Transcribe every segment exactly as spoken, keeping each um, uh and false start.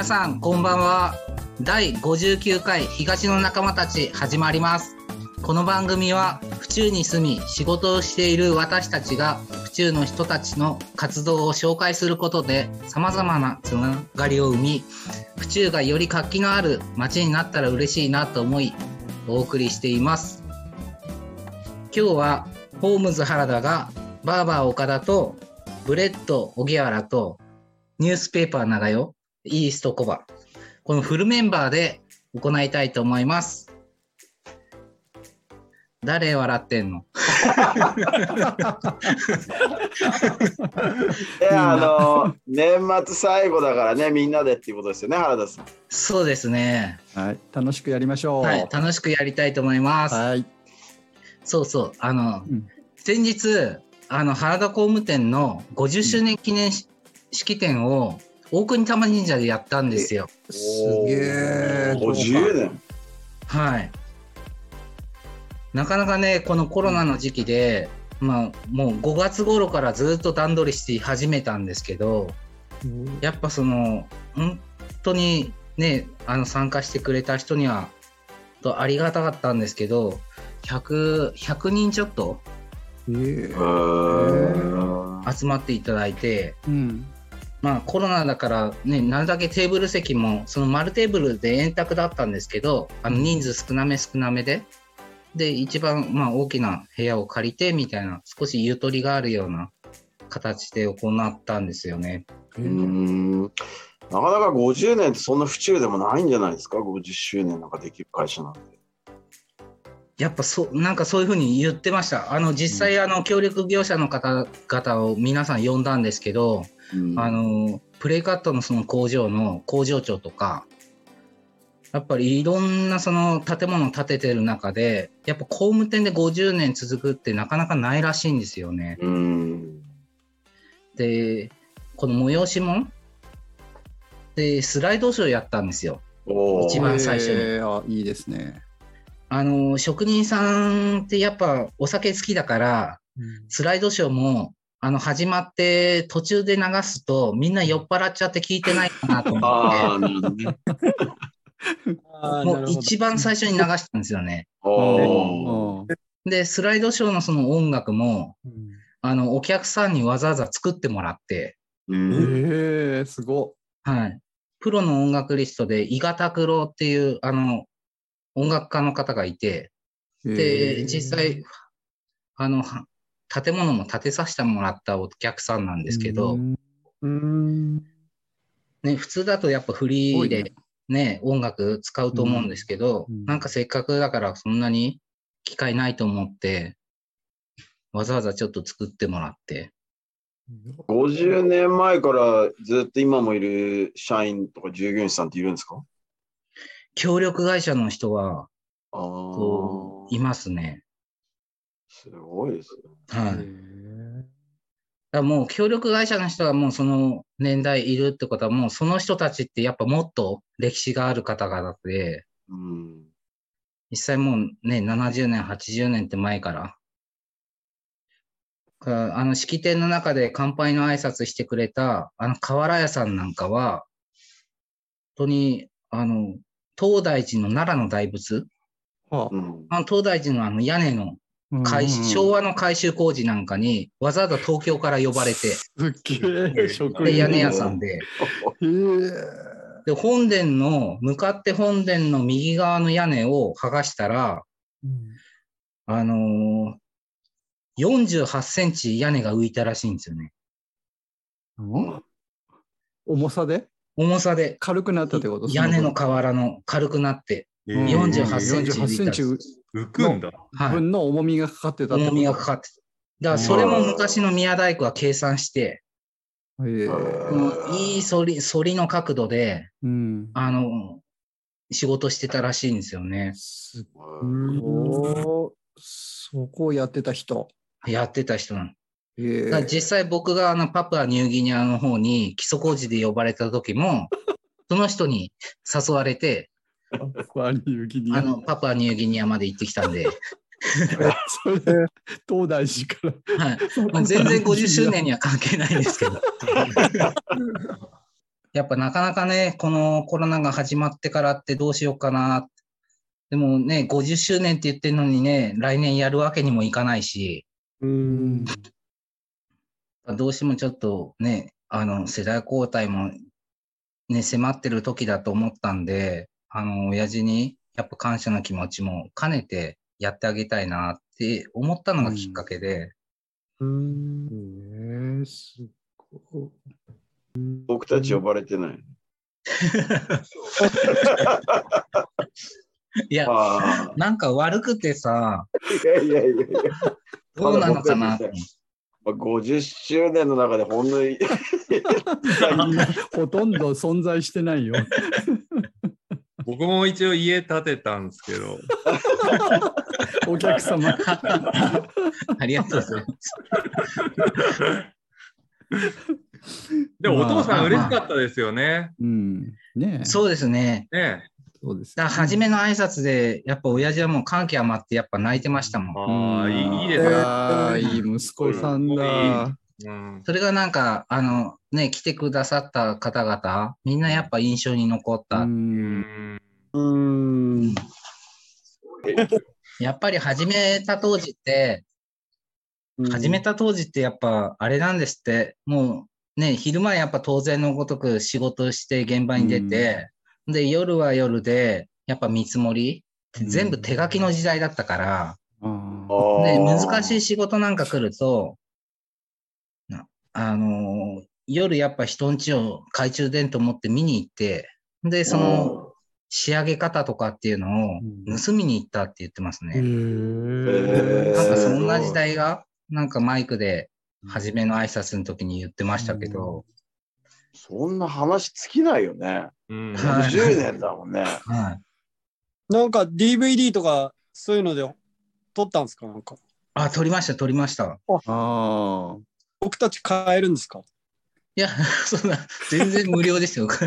皆さんこんばんは。だいごじゅうきゅうかい東の仲間たち始まります。この番組は府中に住み仕事をしている私たちが府中の人たちの活動を紹介することで様々なつながりを生み、府中がより活気のある街になったら嬉しいなと思いお送りしています。今日はホームズ原田がバーバー岡田とブレッド荻原とニュースペーパー長代イーストコバ、このフルメンバーで行いたいと思います。誰笑ってんの？ いや、あの年末最後だからね、みんなでっていうことですよね、原田さん。 そうですね。 はい、楽しくやりましょう。 はい、楽しくやりたいと思います。 はい。 そうそう、あの、 うん、 先日あの原田工務店のごじゅっしゅうねん記念式典を大国玉神社でやったんですよ。 すげえ。 ごじゅうねん。 はい。なかなかね、このコロナの時期で、まあもうごがつ頃からずっと段取りして始めたんですけど、やっぱその本当にね、あの参加してくれた人にはとありがたかったんですけど、ひゃく、ひゃくにんちょっとえー、 集まっていただいて、 うん、 まあコロナだからね、なるだけテーブル席もその丸テーブルで円卓だったんですけど、あの人数少なめ少なめで、で一番まあ大きな部屋を借りてみたいな、少しゆとりがあるような形で行ったんですよね。 うーん、なかなかごじゅうねんってそんな府中でもないんじゃないですか。ごじゅっしゅうねんなんかできる会社なんて。 やっぱそなんかそういうふうに言ってました。あの実際、あの協力業者の方々を皆さん呼んだんですけど、うん、あのプレイカットのその工場の工場長とか、やっぱりいろんなその建物を建ててる中で、やっぱ工務店でごじゅうねん続くってなかなかないらしいんですよね。うん、でこの催しもでスライドショーやったんですよ、一番最初に。 えー、あ、いいですね。 あの職人さんってやっぱお酒好きだから、うん、スライドショーもあの始まって途中で流すとみんな酔っ払っちゃって聞いてないかなと思ってもう一番最初に流したんですよね。でスライドショーのその音楽も、うん、あのお客さんにわざわざ作ってもらって、 えー、すごい、はい、プロの音楽リストで伊賀拓郎っていうあの音楽家の方がいて、で実際あの建物も建てさせてもらったお客さんなんですけど、うーん、ね、普通だとやっぱフリーで、ね、音楽使うと思うんですけど、うん、なんかせっかくだからそんなに機会ないと思ってわざわざちょっと作ってもらって。 ごじゅうねんまえからずっと今もいる社員とか従業員さんっているんですか？ 協力会社の人はこういますね。 すごいですね。 はい。だからもう協力会社の人はもうその年代いるってことは、もうその人たちってやっぱもっと歴史がある方々で、うん、実際もうねななじゅうねんはちじゅうねんって前からあの式典の中で乾杯の挨拶してくれたあの瓦屋さんなんかは本当にあの東大寺の奈良の大仏、はあ、あの東大寺のあの屋根の改昭和の改修工事なんかにわざわざ東京から呼ばれて、すっげーで屋根屋さんでで本殿の向かって本殿の右側の屋根を剥がしたら、うん、あのー、よんじゅうはちセンチ屋根が浮いたらしいんですよね。 うん、重さで重さで軽くなったってこと？ 屋根の瓦の軽くなってよんじゅうはちセンチ浮くんだ。分の重みがかかってたってこと？ 重みがかかってた。だからそれも昔の宮大工は計算して、えー、いい反り、反りの角度で、うん、あの仕事してたらしいんですよね。 すごい。そこをやってた人。 やってた人なの。えー、だ実際僕があのパプアニューギニアの方に基礎工事で呼ばれた時もその人に誘われてパプアニューギニアあのパプアニューギニアまで行ってきたんでそれ東大寺から、はい、もう全然ごじゅっしゅうねんには関係ないんですけどやっぱなかなかね、このコロナが始まってからってどうしようかな。でもね、ごじゅっしゅうねんって言ってるのにね、来年やるわけにもいかないし、 ううんん。 どうしてもちょっとね、あの、世代交代もね、迫ってる時だと思ったんで、あの、親父にやっぱ感謝の気持ちも兼ねてやってあげたいなって思ったのがきっかけで、 うんえー、すごい。 僕たち呼ばれてない。 いや、 ああ。 なんか悪くてさ、 いやいやいやいや。 どうなのかなとまだまあごじゅっしゅうねんの中でほんのにほとんど存在してないよ。 僕も一応家建てたんですけど。 お客様。 ありがとうございます。 でもお父さまあん嬉しかったですよね。 うん。ねえ。 そうですね。 ねそうです。 だから初めの挨拶で、やっぱ親父はもう感極まってやっぱ泣いてましたもん。 ああ、いいいいですね。 ああ、いい息子さんだ。 うん、 それがなんか、あの、ね、来てくださった方々、みんなやっぱ印象に残っう。 た。 うんんうんやっぱり始めた当時って、始めた当時ってやっぱあれなんですって、もうね、昼間やっぱ当然のごとく仕事して現場に出て、で、夜は夜で、やっぱ見積もり、全部手書きの時代だったから、 あで、難しい仕事なんか来ると、なあのー夜やっぱ人ん家を懐中電灯持って見に行って、で、その仕上げ方とかっていうのを盗みに行ったって言ってますあ。へね。 え。 なんかそんな時代が、なんかマイクで初めの挨拶の時に言ってましたけど、 そんな話尽きないよね。 うんはいごじゅうねんだもんね。 はい。 なんか ディーブイディー とかそういうので撮ったんですかなんか。 あ、撮りました、撮りました。 ああ。 僕たち買えるんですかいや、そんな、全然無料ですよ。 買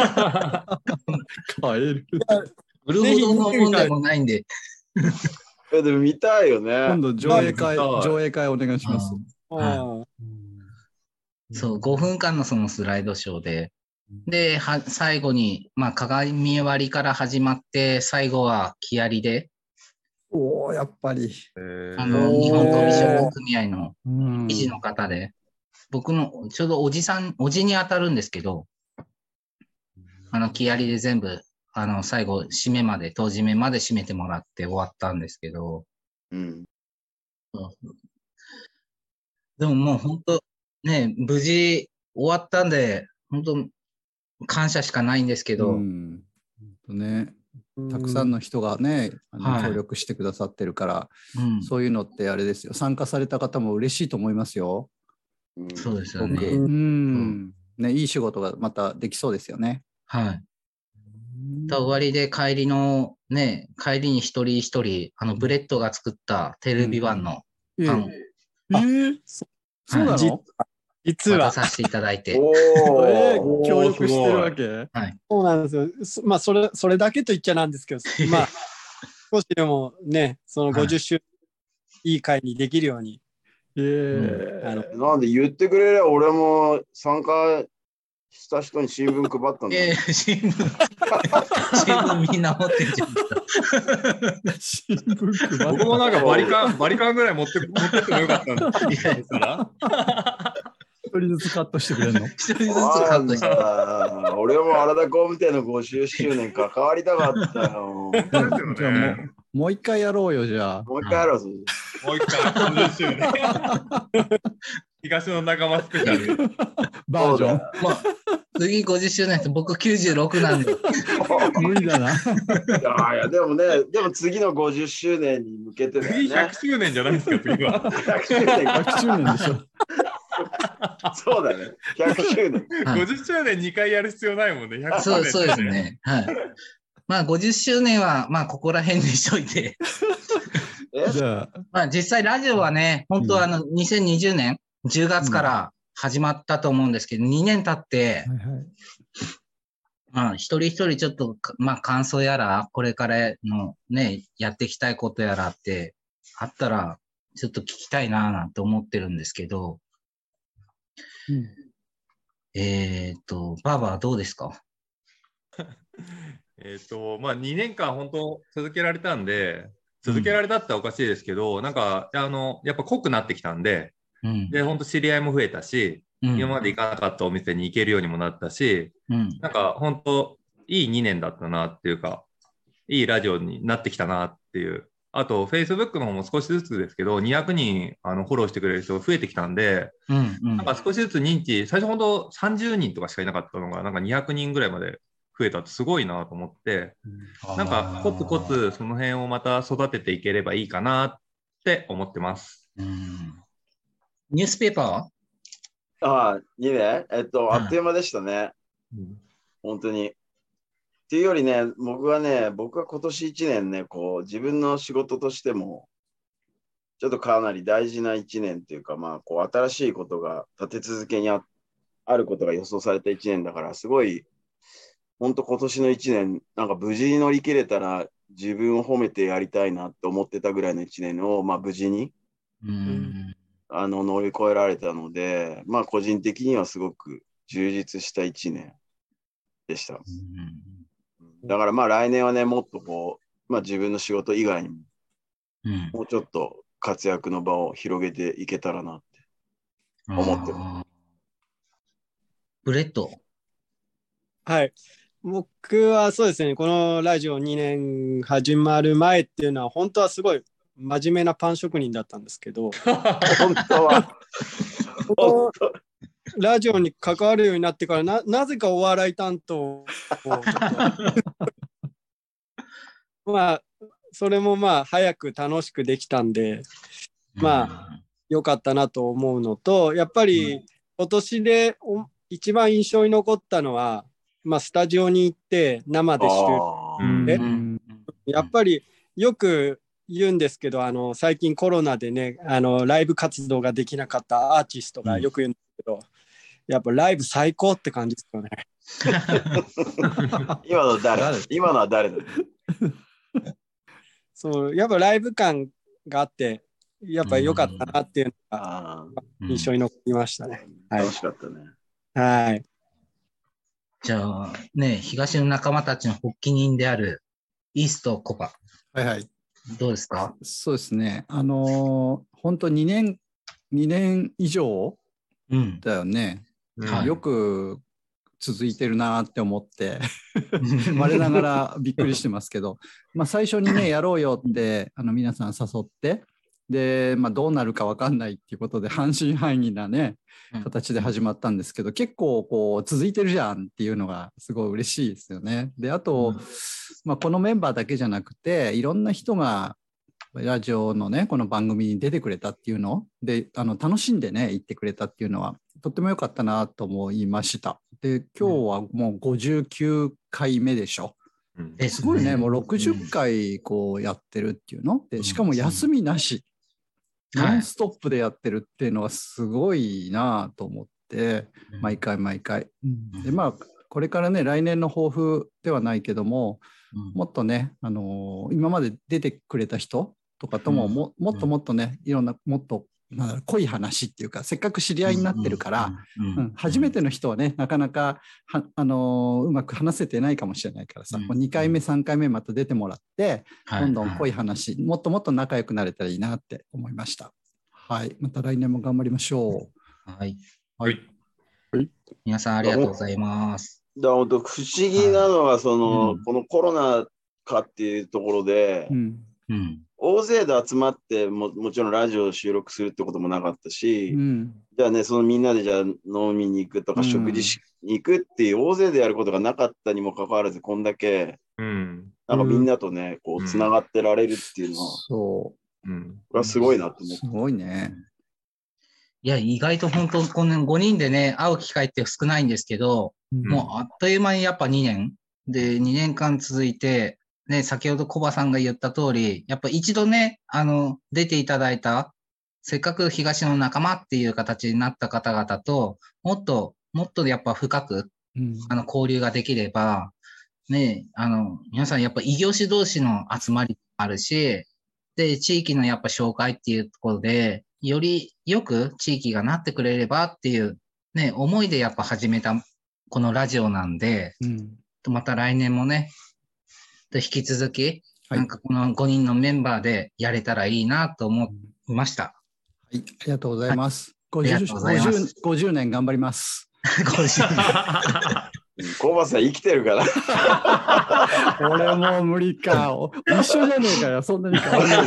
える。 売るほどのもんでもないんで。 えでも見たいよね。 今度上映会、 はい上映会お願いします。 はあそう、ごふんかんのそのスライドショーで、で、は最後に、まあ、鏡割りから始まって、最後は木槍で、 おお、やっぱり。 えあの、 おー日本飛び職組合のうん理事の方で、僕のちょうどおじさん、おじに当たるんですけど、あの、木槍で全部、あの、最後、締めまで、当締めまで締めてもらって終わったんですけど、 うん。 でももう本当、ね、無事終わったんで、本当、感謝しかないんですけど、 うんほんとね、 ーたくさんの人がね、あのはい協力してくださってるから、 うん、 そういうのってあれですよ。参加された方も嬉しいと思いますよ。 うんそうですよ僕。 ね。 うん。ね、いい仕事がまたできそうですよね。 はい。だ終わりで帰りの、ね、帰りに一人一人、あの、ブレッドが作ったテレビ版のえパンを、 えーそそうなじの？ 実は渡させていただいて、 おえーー協力してるわけ？ そうなんですよ。そまあそれそれだけと言っちゃなんですけど、まあ少しでもね、そのごじゅっ周いい会にできるように、 えあのえなんで言ってくれれば俺も参加した人に新聞配ったんだよ。 えー、新聞、新聞みんな持ってんじゃん。 新聞配った僕もなんかバリカン、バリカンぐらい持って持ってってもよかったんだ。いやですから一人ずつカットしてくれるの？ 一人ずつカットして。 あー俺も原田工務店のごじゅっしゅうねん関わりたかったよ。 じゃあもうもう一回やろうよじゃあ。 もう一回やろう。 もう一回、ごじゅっしゅうねん。東の仲間スペシャル。 バージョン。 まあ、次ごじゅっ周年って僕きゅうじゅうろくなんで。 無理だな。 いやいやでもね、でも次のごじゅっしゅうねんに向けてだよ次ね。 ひゃく周年じゃないですか、次は。 ひゃく周年ひゃく周年でしょ。 そうだね。ひゃく周年。 はいごじゅっ周年にかいやる必要ないもんね。ひゃく周年そうそうです。ね。はい。まあ、ごじゅっ周年は、まあ、ここら辺にしといて。 えじゃあ、 まあ、実際ラジオはね、本当はあの、にせんにじゅうねんじゅうがつから始まったと思うんですけど、にねん経って、 はいはい。 まあ、一人一人ちょっとか、まあ、感想やら、これからのね、やっていきたいことやらってあったら、ちょっと聞きたいなぁなんて思ってるんですけど、 えっと、バーバーどうですか？ えっと、まあ、にねんかん本当続けられたんで、 うん続けられたっておかしいですけど、なんか、あの、やっぱ濃くなってきたんで、 うん。 で、本当知り合いも増えたし、 うん今まで行かなかったお店に行けるようにもなったし、 うん。 なんか本当いいにねんだったなっていうか、いいラジオになってきたなっていう。あと、Facebook の方も少しずつですけど、にひゃくにんあのフォローしてくれる人が増えてきたんで、 うん。うんなんか少しずつ認知、最初本当さんじゅうにんとかしかいなかったのが、なんかにひゃくにんぐらいまで増えたってすごいなと思って、なんかコツコツその辺をまた育てていければいいかなって思ってます。 うん。ニュースペーパーは？ ああ、にねんえっと、 うんあっという間でしたね。 うん本当に。っていうよりね、僕はね、僕は今年いちねんね、こう、自分の仕事としても、ちょっとかなり大事ないちねんっていうか、まあ、こう、新しいことが立て続けに あ, あることが予想されたいちねんだから、すごい、本当今年のいちねん、なんか無事に乗り切れたら、自分を褒めてやりたいなって思ってたぐらいのいちねんを、まあ、無事に、 うん。 あの、乗り越えられたので、まあ、個人的にはすごく充実したいちねんでした。だからまあ来年はね、もっとこう、まあ自分の仕事以外にも、 うん。 もうちょっと活躍の場を広げていけたらなって思ってる。 あーブレッド。 はい。僕はそうですね、このラジオにねん始まる前っていうのは、本当はすごい真面目なパン職人だったんですけど、 本当は、 このラジオに関わるようになってからな、なぜかお笑い担当をちょっとまあ、それもまあ、早く楽しくできたんで、まあ、良かったなと思うのと、やっぱり今年でお一番印象に残ったのは、まあ、スタジオに行って生で収録あーうんえうんやっぱりよく言うんですけど、あの最近コロナでね、あのライブ活動ができなかったアーティストがよく言うんですけど、やっぱライブ最高って感じですよね。 今の誰誰今のは誰だそうやっぱライブ感があってやっぱ良かったなっていうのがあ印象に残りましたね。 ーはい楽しかったね。 はい。 じゃあ、ね、東の仲間たちの発起人であるイーストコパ、 はいはい。 どうですか？ そうですね。あのー、本当にねん、にねん以上うん。 だよね。 はいよく続いてるなって思って我ながらびっくりしてますけど、まあ、最初にねやろうよってあの皆さん誘ってで、まあ、どうなるか分かんないっていうことで半信半疑なね形で始まったんですけど、結構こう続いてるじゃんっていうのがすごい嬉しいですよね。であと、まあ、このメンバーだけじゃなくていろんな人がラジオのねこの番組に出てくれたっていうのであの楽しんでね言ってくれたっていうのはとっても良かったなと思いました。で今日はもうごじゅうきゅうかいめでしょ。 うんですごいね、もうろくじゅっかいこうやってるっていうので、しかも休みなし、 はいノンストップでやってるっていうのはすごいなと思って、毎回毎回。でまあこれからね来年の抱負ではないけども、もっとね、あのー今まで出てくれた人とかともももっともっとねいろんなもっとなんだろう濃い話っていうかせっかく知り合いになってるから、うん初めての人はねなかなかはあのーうまく話せてないかもしれないからさ、 うんもうにかいめさんかいめまた出てもらって、 はいどんどん濃い話、もっともっと仲良くなれたらいいなって思いました。はい、また来年も頑張りましょはい。 はい。 皆さんありがとうございます。 だから本当不思議なのはその、 うんこのコロナ禍っていうところで、 う。うんうん。 大勢で集まってももちろんラジオを収録するってこともなかったし、 うんじゃあねそのみんなでじゃあ飲みに行くとかうん食事しに行くっていう大勢でやることがなかったにもかかわらずこんだけうん。 なんかみんなとね、こううんつながってられるっていうのは、 そうん。 これはすごいなとう、 思ってすごいね。 いや、意外と本当、このごにんでね、会う機会って少ないんですけど、もうあっという間にやっぱにねんで、にねんかん続いて、ね、先ほどコバさんが言った通り、やっぱ一度ね、あの、出ていただいた、せっかく東の仲間っていう形になった方々と、もっと、もっとやっぱ深く、 うんあの、交流ができれば、ね、あの、皆さんやっぱ異業種同士の集まりあるし、で、地域のやっぱ紹介っていうところで、よりよく地域がなってくれればっていうね、思いでやっぱ始めたこのラジオなんで、 うん、 また来年もね、引き続き、 はい、 なんかこのごにんのメンバーでやれたらいいなと思いました。 はい、ありがとうございます。 はい、ありがとうございます。 ごじゅうねん頑張ります。 ごじゅうねん。 コーバさん生きてるから。 俺もう無理か。一緒じゃねえかよ。そんなに変わらない。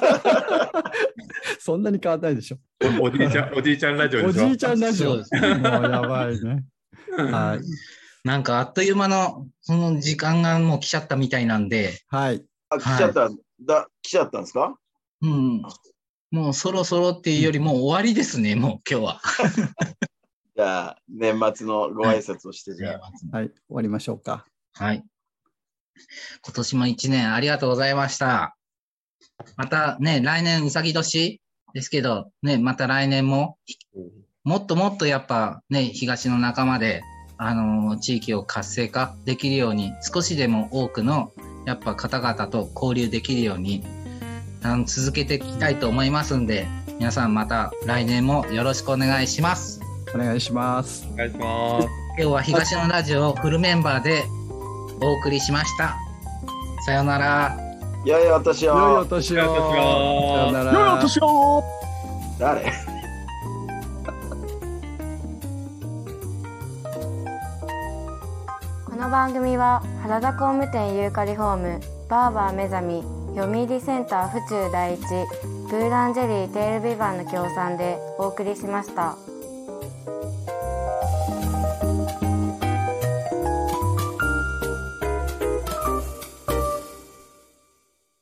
そんなに変わらないでしょ。 おじいちゃん、おじいちゃんラジオでしょ。 おじいちゃんラジオ。もうやばいね。はい。 なんかあっという間のその時間がもう来ちゃったみたいなんで。 はい。 あ、来ちゃった、はい、だ、来ちゃったんですか？ うん。もうそろそろっていうよりもう終わりですね、もう今日は。 じゃあ、年末のご挨拶をして、じゃあ。はい、終わりましょうか。 はい。今年も一年ありがとうございました。またね、来年うさぎ年ですけど、ね、また来年も、もっともっとやっぱね、東の仲間で、あのー、地域を活性化できるように、少しでも多くのやっぱ方々と交流できるように、あの続けていきたいと思いますんで、皆さんまた来年もよろしくお願いします。 お願いします。 お願いします。 今日は東のラジオフルメンバーでお送りしました。さよなら。 よいお年を。 よいお年を。さよなら。 よいお年を。 誰？ この番組は原田工務店ユーカリホーム、バーバー目覚み、読売センター府中第一、ブーランジェリーテールビバンの協賛でお送りしました。